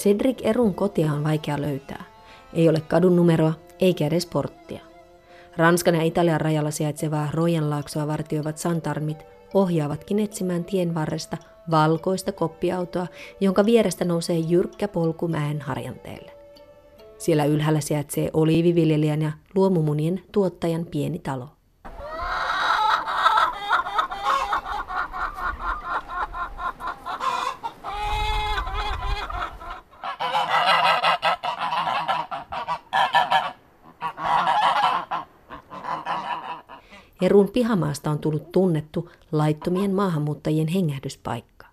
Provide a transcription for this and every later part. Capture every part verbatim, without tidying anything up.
Cédric Herún kotia on vaikea löytää. Ei ole kadun numeroa eikä edes porttia. Ranskan ja Italian rajalla sijaitsevaa Royanlaaksoa vartioivat santarmit ohjaavatkin etsimään tien varresta valkoista koppiautoa, jonka vierestä nousee jyrkkä polku mäen harjanteelle. Siellä ylhäällä sijaitsee oliiviviljelijän ja luomumunien tuottajan pieni talo. Herún pihamaasta on tullut tunnettu laittomien maahanmuuttajien hengähdyspaikka.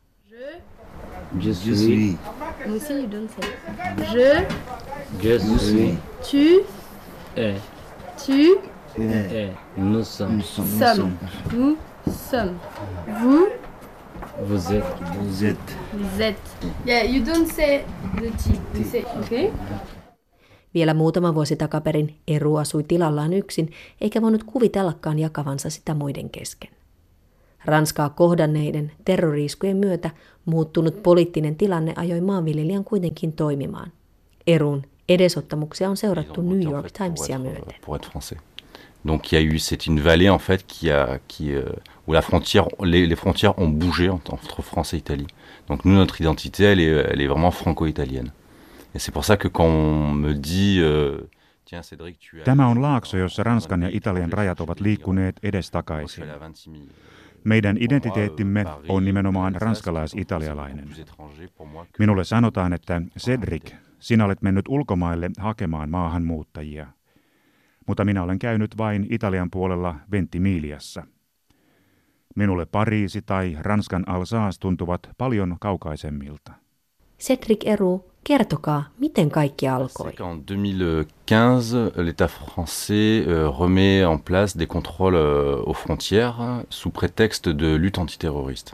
Je suis. Aussi, you don't say. Je. Je suis. Tu. Et. Tu. Et. Nous sommes. Sommes. Nous sommes. Vous. Vous êtes. Vous êtes. Vous êtes. Yeah, you don't say the T. You say, okay? Vielä muutama vuosi takaperin Eru asui tilallaan yksin, eikä voinut kuvitellakaan jakavansa sitä muiden kesken. Ranskaa kohdanneiden terroriiskujen myötä muuttunut poliittinen tilanne ajoi maanviljelijän kuitenkin toimimaan. Erun edesottamuksia on seurattu New York Timesia myöten. Donc il y a eu, c'est une vallée en fait qui a, qui, euh, où la frontière, les, les frontières ont bougé entre France et Italie. Donc nous, notre identité, elle est, elle est vraiment franco-italienne. Et c'est pour ça que quand on me dit, euh, tiens Cédric, tu as... Tämä on laakso, jossa Ranskan ja Italian rajat ovat liikkuneet edestakaisin. Meidän identiteettimme on nimenomaan ranskalais-italialainen. Minulle sanotaan, että Cédric, sinä olet mennyt ulkomaille hakemaan maahanmuuttajia. Mutta minä olen käynyt vain Italian puolella Ventimigliassa. Minulle Pariisi tai Ranskan Alsace tuntuvat paljon kaukaisemmilta. Cédric Herún, kertokaa, miten kaikki alkoi. En deux mille quinze, l'État français remet en place des contrôles aux frontières sous prétexte de lutte antiterroriste.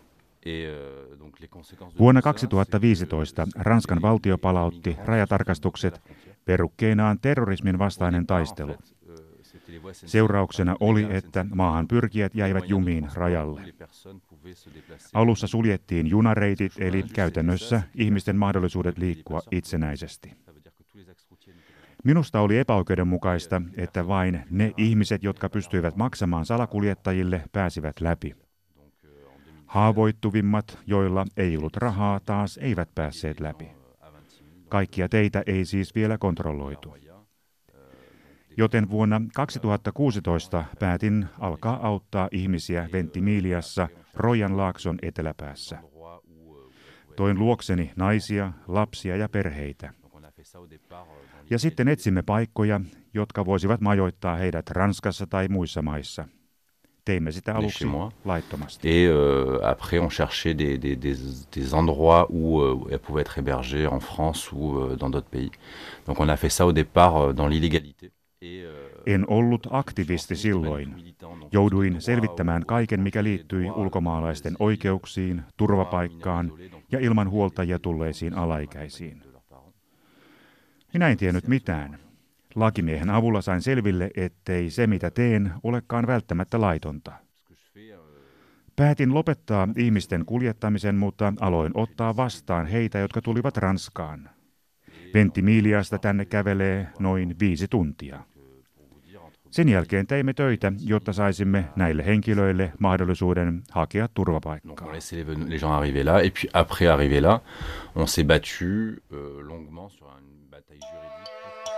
Vuonna kaksituhattaviisitoista Ranskan valtio palautti rajatarkastukset perukkeinaan terrorismin vastainen taistelu. Seurauksena oli, että maahan pyrkijät jäivät jumiin rajalle. Alussa suljettiin junareitit, eli käytännössä ihmisten mahdollisuudet liikkua itsenäisesti. Minusta oli epäoikeudenmukaista, että vain ne ihmiset, jotka pystyivät maksamaan salakuljettajille, pääsivät läpi. Haavoittuvimmat, joilla ei ollut rahaa, taas eivät päässeet läpi. Kaikkia teitä ei siis vielä kontrolloitu. Joten vuonna kaksituhattakuusitoista päätin alkaa auttaa ihmisiä Ventimigliassa, Royanlaakson eteläpäässä. Toin luokseni naisia, lapsia ja perheitä. Ja sitten etsimme paikkoja, jotka voisivat majoittaa heidät Ranskassa tai muissa maissa. Teimme sitä aluksi laittomasti. Et euh, après on cherchait des, des, des, des endroits où euh, elles pouvaient être hébergées en France ou euh, dans d'autres pays. Donc on a fait ça au départ euh, dans l'illégalité. En ollut aktivisti silloin. Jouduin selvittämään kaiken, mikä liittyi ulkomaalaisten oikeuksiin, turvapaikkaan ja ilman huoltajia tulleisiin alaikäisiin. Minä en tiennyt mitään. Lakimiehen avulla sain selville, ettei se mitä teen olekaan välttämättä laitonta. Päätin lopettaa ihmisten kuljettamisen, mutta aloin ottaa vastaan heitä, jotka tulivat Ranskaan. Ventimigliasta tänne kävelee noin viisi tuntia. Sen jälkeen teimme töitä, jotta saisimme näille henkilöille mahdollisuuden hakea turvapaikkaa. On laissait les gens arriver là, et puis après arriver là, on s'est battu longuement sur une bataille juridique.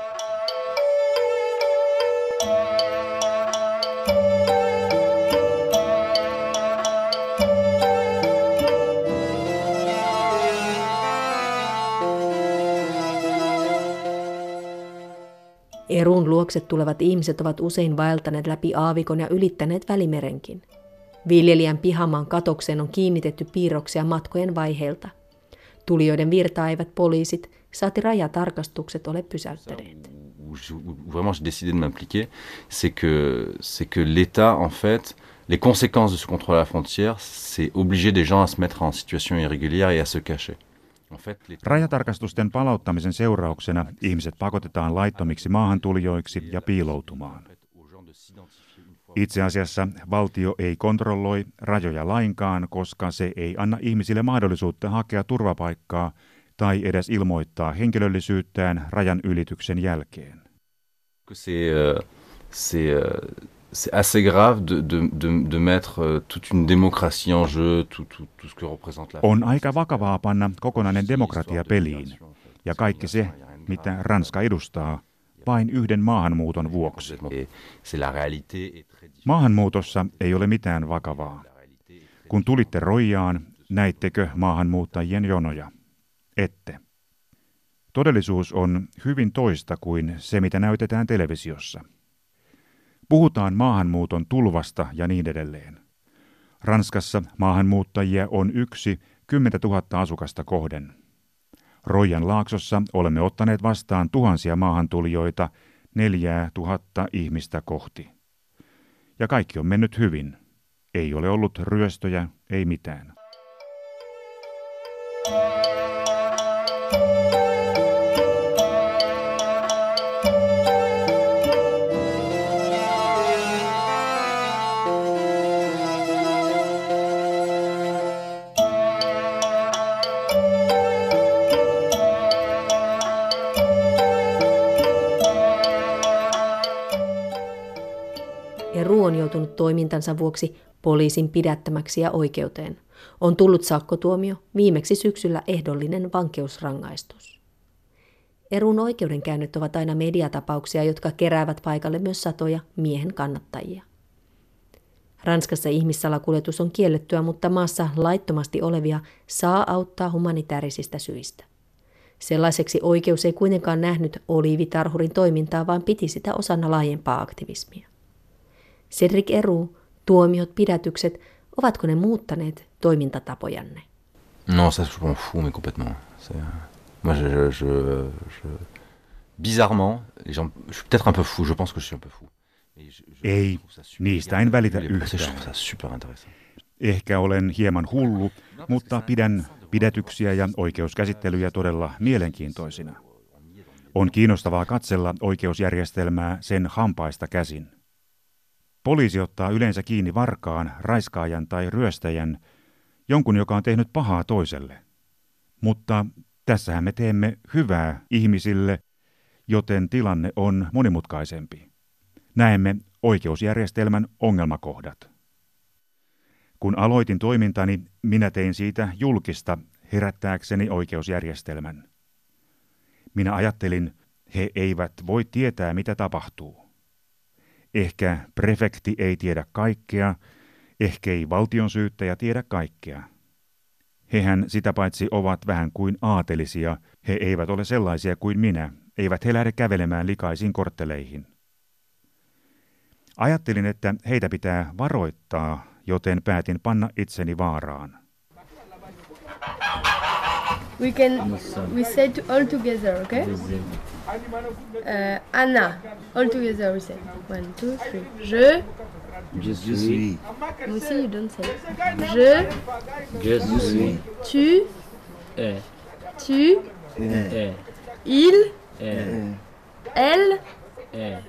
Erun luokse tulevat ihmiset ovat usein vaeltaneet läpi aavikon ja ylittäneet Välimerenkin. Viljelijän pihamaan katokseen on kiinnitetty piirroksia matkojen vaiheilta. Tulijoiden virtaa eivät poliisit, saati rajatarkastukset ole pysäyttäneet. Vraiment j'ai décidé de m'impliquer, c'est que c'est que l'État en fait, les conséquences de ce contrôle à la frontière, c'est obliger des gens à se mettre en situation irrégulière et à se cacher. Rajatarkastusten palauttamisen seurauksena ihmiset pakotetaan laittomiksi maahantulijoiksi ja piiloutumaan. Itse asiassa valtio ei kontrolloi rajoja lainkaan, koska se ei anna ihmisille mahdollisuutta hakea turvapaikkaa tai edes ilmoittaa henkilöllisyyttään rajan ylityksen jälkeen. C'est, euh, c'est, euh, c'est assez grave de, de, de, de mettre euh, toute une démocratie en jeu, tout, tout, tout ce que représente la... On aika vakavaa panna kokonainen demokratia peliin ja kaikki se, mitä Ranska edustaa, vain yhden maahanmuuton vuoksi. Maahanmuutossa ei ole mitään vakavaa. Kun tulitte Roijaan, näittekö maahanmuuttajien jonoja? Ette. Todellisuus on hyvin toista kuin se, mitä näytetään televisiossa. Puhutaan maahanmuuton tulvasta ja niin edelleen. Ranskassa maahanmuuttajia on yksi kymmentätuhatta asukasta kohden. Roijan laaksossa olemme ottaneet vastaan tuhansia maahantulijoita neljää tuhatta ihmistä kohti. Ja kaikki on mennyt hyvin. Ei ole ollut ryöstöjä, ei mitään. Eru on joutunut toimintansa vuoksi poliisin pidättämäksi ja oikeuteen. On tullut sakkotuomio, viimeksi syksyllä ehdollinen vankeusrangaistus. Erun oikeudenkäynnit ovat aina mediatapauksia, jotka keräävät paikalle myös satoja miehen kannattajia. Ranskassa ihmissalakuljetus on kiellettyä, mutta maassa laittomasti olevia saa auttaa humanitaarisista syistä. Sellaiseksi oikeus ei kuitenkaan nähnyt oliivitarhurin toimintaa, vaan piti sitä osana laajempaa aktivismia. Cédric Herroux, tuomiot, pidätykset, ovatko ne muuttaneet toimintatapojanne? Non, ça je m'en fous, mais complètement. C'est, euh, moi, je, je, je, je, bizarrement, les gens, je suis peut-être un peu fou, je pense que je suis un peu fou. Ei, niistä en välitä yhtään. Ehkä olen hieman hullu, mutta pidän pidätyksiä ja oikeuskäsittelyjä todella mielenkiintoisina. On kiinnostavaa katsella oikeusjärjestelmää sen hampaista käsin. Poliisi ottaa yleensä kiinni varkaan, raiskaajan tai ryöstäjän, jonkun, joka on tehnyt pahaa toiselle. Mutta tässähän me teemme hyvää ihmisille, joten tilanne on monimutkaisempi. Näemme oikeusjärjestelmän ongelmakohdat. Kun aloitin toimintani, minä tein siitä julkista herättääkseni oikeusjärjestelmän. Minä ajattelin, he eivät voi tietää, mitä tapahtuu. Ehkä prefekti ei tiedä kaikkea, ehkä ei valtionsyyttäjä tiedä kaikkea. Hehän sitä paitsi ovat vähän kuin aatelisia, he eivät ole sellaisia kuin minä, eivät he lähde kävelemään likaisiin kortteleihin. Ajattelin, että heitä pitää varoittaa, joten päätin panna itseni vaaraan. We can we say to all together, okay? Uh, Anna, all together we say. One, two, three. Je. Je suis. Aussi you don't say. Je. Je suis. Tu. Et. Tu. Et. Il. Et. Elle. Et.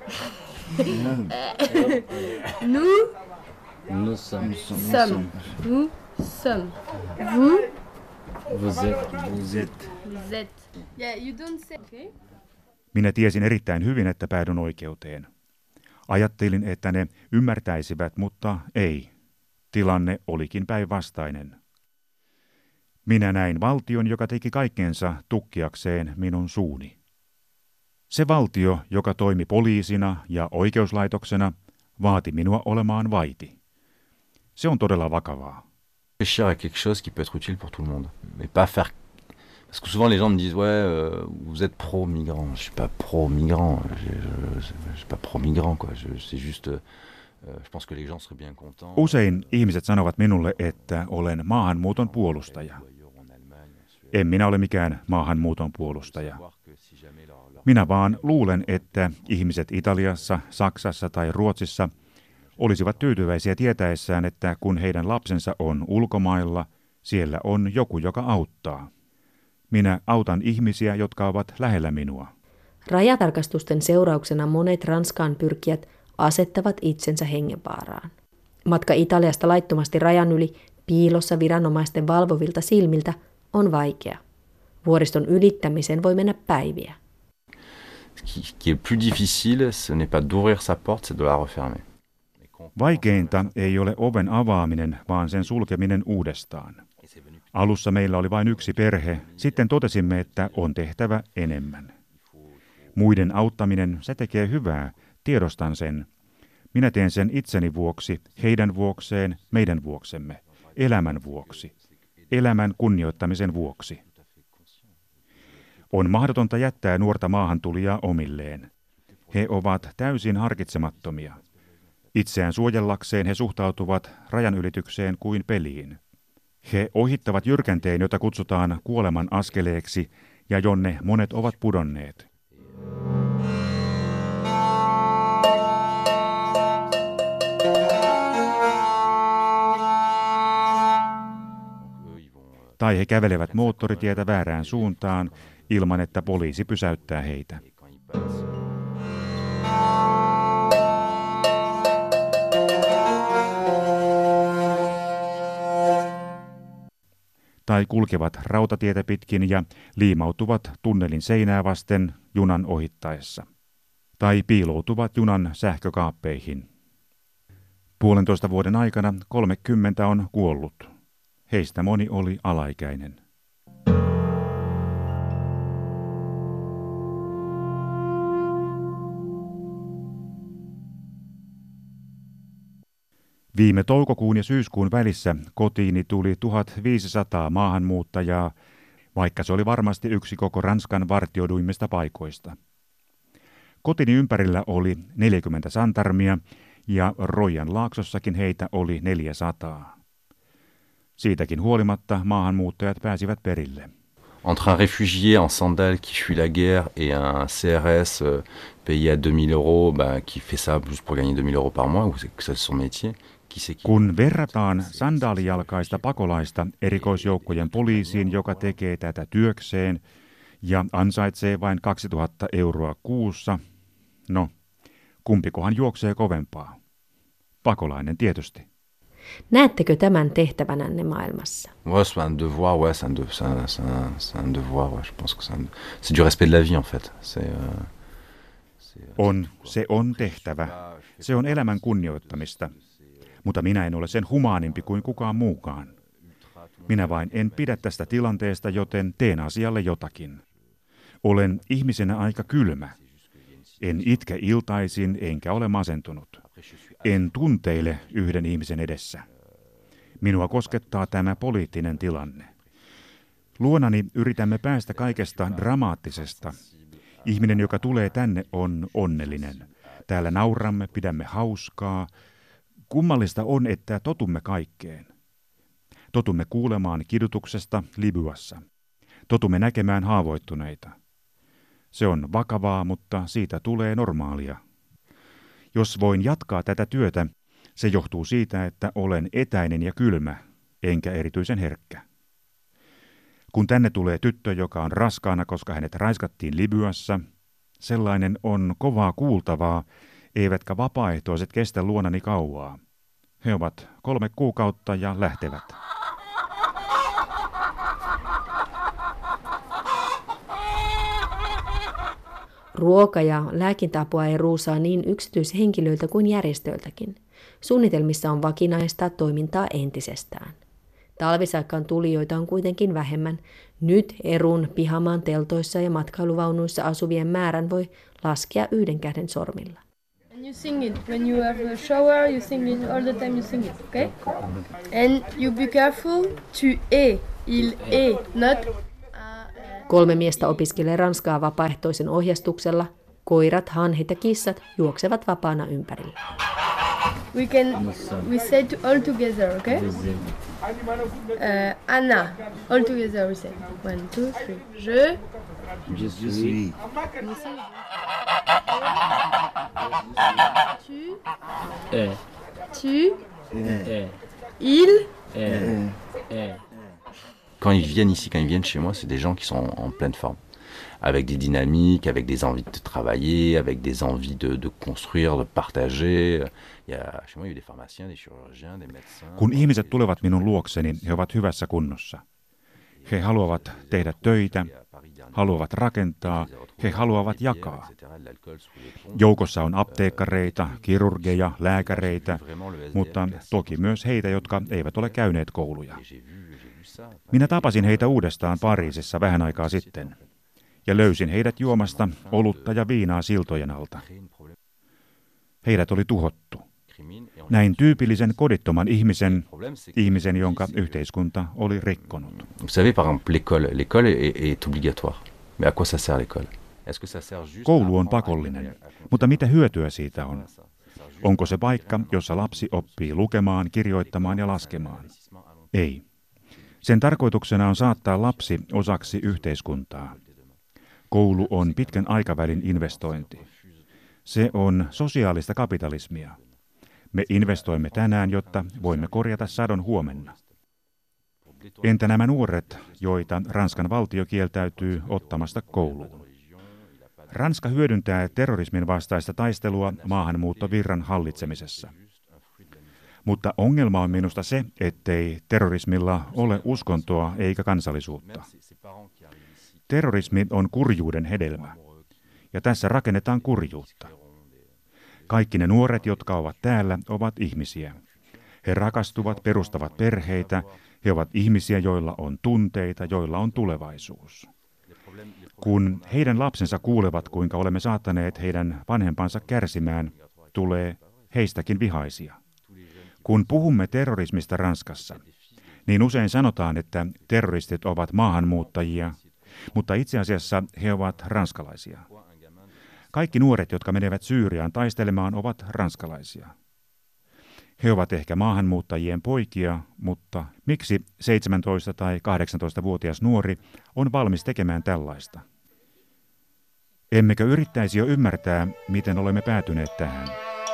Nous. Nous sommes. Sommes. Nous sommes. Vous. Vous êtes. Vous êtes. Vous êtes. Yeah, you don't say. Okay. Minä tiesin erittäin hyvin, että päädyn oikeuteen. Ajattelin, että ne ymmärtäisivät, mutta ei. Tilanne olikin päinvastainen. Minä näin valtion, joka teki kaikkensa tukkiakseen minun suuni. Se valtio, joka toimi poliisina ja oikeuslaitoksena, vaati minua olemaan vaiti. Se on todella vakavaa. Réfléchir à quelque chose qui peut être utile pour tout le monde, mais pas faire. Parce que souvent les gens me disent ouais, euh, vous êtes pro-migrant. Je suis pas pro-migrant. Je, je, je suis pas pro-migrant quoi. Je, c'est juste. Euh, je pense que les gens seraient bien contents. Usein ihmiset sanovat minulle, että olen maahanmuuton puolustaja. En minä ole mikään maahanmuuton puolustaja. Minä vaan luulen, että ihmiset Italiassa, Saksassa tai Ruotsissa olisivat tyytyväisiä tietäessään, että kun heidän lapsensa on ulkomailla, siellä on joku, joka auttaa. Minä autan ihmisiä, jotka ovat lähellä minua. Rajatarkastusten seurauksena monet Ranskaan pyrkijät asettavat itsensä hengenvaaraan. Matka Italiasta laittomasti rajan yli piilossa viranomaisten valvovilta silmiltä on vaikea. Vuoriston ylittämiseen voi mennä päiviä. Ce qui, qui est plus difficile, ce n'est pas d'ouvrir sa porte, c'est de la refermer. Vaikeinta ei ole oven avaaminen, vaan sen sulkeminen uudestaan. Alussa meillä oli vain yksi perhe, sitten totesimme, että on tehtävä enemmän. Muiden auttaminen, se tekee hyvää, tiedostan sen. Minä teen sen itseni vuoksi, heidän vuokseen, meidän vuoksemme, elämän vuoksi, elämän kunnioittamisen vuoksi. On mahdotonta jättää nuorta maahantulijaa omilleen. He ovat täysin harkitsemattomia. Itseään suojellakseen he suhtautuvat rajanylitykseen kuin peliin. He ohittavat jyrkänteen, jota kutsutaan kuoleman askeleeksi ja jonne monet ovat pudonneet. Tai he kävelevät moottoritietä väärään suuntaan ilman, että poliisi pysäyttää heitä. Tai kulkevat rautatietä pitkin ja liimautuvat tunnelin seinää vasten junan ohittaessa. Tai piiloutuvat junan sähkökaappeihin. Puolentoista vuoden aikana kolmekymmentä on kuollut. Heistä moni oli alaikäinen. Viime toukokuun ja syyskuun välissä kotiini tuli tuhatviisisataa maahanmuuttajaa, vaikka se oli varmasti yksi koko Ranskan vartioiduimmista paikoista. Kotini ympärillä oli neljäkymmentä santarmia ja Royan laaksossakin heitä oli neljäsataa. Siitäkin huolimatta maahanmuuttajat pääsivät perille. Entre un réfugié en sandales qui fuit la guerre et un C R S euh, payé à deux mille euros, bah, qui fait ça juste pour gagner deux mille euros par mois, ou c'est, c'est son métier. Kun verrataan sandaalijalkaista pakolaista erikoisjoukkojen poliisiin, joka tekee tätä työkseen ja ansaitsee vain kaksituhatta euroa kuussa, no, kumpikohan juoksee kovempaa? Pakolainen tietysti. Näettekö tämän tehtävänänne maailmassa? Ouais, c'est un devoir, ouais, c'est un, de, c'est un, c'est un, c'est un devoir, ouais, je pense que c'est un, c'est du respect de la vie en fait. C'est, euh, c'est, on, se on tehtävä. Se on elämän kunnioittamista. Mutta minä en ole sen humaanimpi kuin kukaan muukaan. Minä vain en pidä tästä tilanteesta, joten teen asialle jotakin. Olen ihmisenä aika kylmä. En itke iltaisin, enkä ole masentunut. En tunteile yhden ihmisen edessä. Minua koskettaa tämä poliittinen tilanne. Luonani yritämme päästä kaikesta dramaattisesta. Ihminen, joka tulee tänne, on onnellinen. Täällä nauramme, pidämme hauskaa. Kummallista on, että totumme kaikkeen. Totumme kuulemaan kidutuksesta Libyassa. Totumme näkemään haavoittuneita. Se on vakavaa, mutta siitä tulee normaalia. Jos voin jatkaa tätä työtä, se johtuu siitä, että olen etäinen ja kylmä, enkä erityisen herkkä. Kun tänne tulee tyttö, joka on raskaana, koska hänet raiskattiin Libyassa, sellainen on kovaa kuultavaa, eivätkä vapaaehtoiset kestä luonani kauaa. He ovat kolme kuukautta ja lähtevät. Ruoka- ja lääkintäapua ei ruusaa niin yksityishenkilöiltä kuin järjestöiltäkin. Suunnitelmissa on vakinaistaa toimintaa entisestään. Talvisaikaan tulijoita on kuitenkin vähemmän. Nyt Erun pihamaan teltoissa ja matkailuvaunuissa asuvien määrän voi laskea yhden käden sormilla. And you sing it when you have a shower. You sing it all the time. You sing it, okay? And you be careful to e, il e, not. Kolme miestä opiskelee ranskaa vapaaehtoisen ohjastuksella. Koirat, hanhet ja kissat juoksevat vapaana ympärillä. We can we say to all together, okay? Uh, Anna, all together we say. One, two, three. Je. Je suis. Tu. Eh. Tu. Eh. Il. Eh. Eh. Quand ils viennent ici, quand ils viennent chez moi, c'est des gens qui sont en pleine forme. Avec des dynamiques, avec des envies de travailler, avec des envies de, de construire, de partager. Il y a, chez moi, il y a eu des pharmaciens, des chirurgiens, des médecins. Kun ihmiset tulevat minun luokseni, he ovat hyvässä kunnossa. He haluavat tehdä töitä, haluavat rakentaa, he haluavat jakaa. Joukossa on apteekkareita, kirurgeja, lääkäreitä, mutta toki myös heitä, jotka eivät ole käyneet kouluja. Minä tapasin heitä uudestaan Pariisissa vähän aikaa sitten ja löysin heidät juomasta olutta ja viinaa siltojen alta. Heidät oli tuhottu. Näin tyypillisen kodittoman ihmisen, ihmisen, jonka yhteiskunta oli rikkonut. Vous savez, par exemple, l'école, l'école est, est obligatoire. Mais à quoi ça sert l'école? Est-ce que ça sert juste... Koulu on pakollinen, mutta mitä hyötyä siitä on? Onko se paikka, jossa lapsi oppii lukemaan, kirjoittamaan ja laskemaan? Ei. Sen tarkoituksena on saattaa lapsi osaksi yhteiskuntaa. Koulu on pitkän aikavälin investointi. Se on sosiaalista kapitalismia. Me investoimme tänään, jotta voimme korjata sadon huomenna. Entä nämä nuoret, joita Ranskan valtio kieltäytyy ottamasta kouluun? Ranska hyödyntää terrorismin vastaista taistelua maahanmuuttovirran hallitsemisessa. Mutta ongelma on minusta se, ettei terrorismilla ole uskontoa eikä kansallisuutta. Terrorismi on kurjuuden hedelmä, ja tässä rakennetaan kurjuutta. Kaikki ne nuoret, jotka ovat täällä, ovat ihmisiä. He rakastuvat, perustavat perheitä, he ovat ihmisiä, joilla on tunteita, joilla on tulevaisuus. Kun heidän lapsensa kuulevat, kuinka olemme saattaneet heidän vanhempansa kärsimään, tulee heistäkin vihaisia. Kun puhumme terrorismista Ranskassa, niin usein sanotaan, että terroristit ovat maahanmuuttajia, mutta itse asiassa he ovat ranskalaisia. Kaikki nuoret, jotka menevät Syyriaan taistelemaan, ovat ranskalaisia. He ovat ehkä maahanmuuttajien poikia, mutta miksi seitsemäntoista- tai kahdeksantoistavuotias nuori on valmis tekemään tällaista? Emmekö yrittäisi jo ymmärtää, miten olemme päätyneet tähän?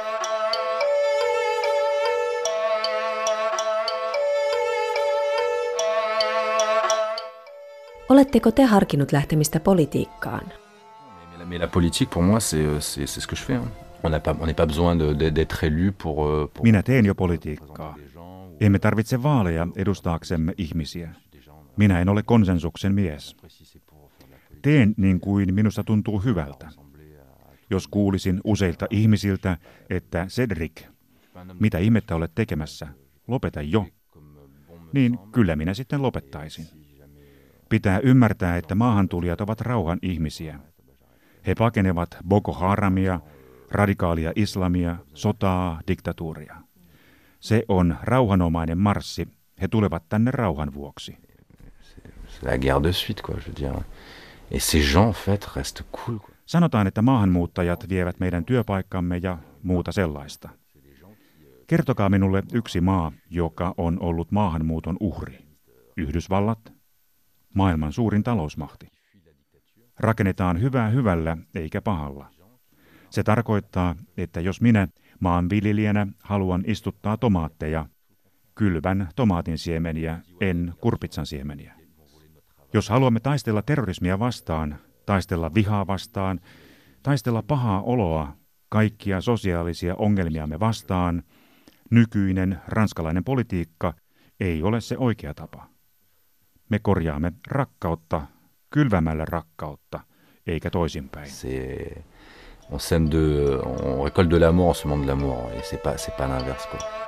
Oletteko te harkinnut lähtemistä politiikkaan? Mais la politique, pour moi, c'est, c'est, c'est ce que je fais. Hein. On n'a pas, on n'est pas besoin de, d'être élu pour, pour... Minä teen jo politiikkaa. Emme tarvitse vaaleja edustaaksemme ihmisiä. Minä en ole konsensuksen mies. Teen niin kuin minusta tuntuu hyvältä. Jos kuulisin useilta ihmisiltä, että Cedric, mitä ihmettä olet tekemässä, lopeta jo, niin kyllä minä sitten lopettaisin. Pitää ymmärtää, että maahantulijat ovat rauhan ihmisiä. He pakenevat Boko Haramia, radikaalia islamia, sotaa, diktatuuria. Se on rauhanomainen marssi. He tulevat tänne rauhan vuoksi. C'est la guerre de suite, quoi, je veux dire. Et ces gens, en fait, restent cool. Sanotaan, että maahanmuuttajat vievät meidän työpaikkamme ja muuta sellaista. Kertokaa minulle yksi maa, joka on ollut maahanmuuton uhri. Yhdysvallat, maailman suurin talousmahti. Rakennetaan hyvää hyvällä eikä pahalla. Se tarkoittaa, että jos minä maanviljelijänä haluan istuttaa tomaatteja, kylvän tomaatin siemeniä, en kurpitsan siemeniä. Jos haluamme taistella terrorismia vastaan, taistella vihaa vastaan, taistella pahaa oloa, kaikkia sosiaalisia ongelmiamme vastaan, nykyinen ranskalainen politiikka ei ole se oikea tapa. Me korjaamme rakkautta kylvämällä rakkautta, eikä toisinpäin. On sème de, on récolte de l'amour en semant de l'amour, et c'est pas, c'est pas l'inverse, quoi.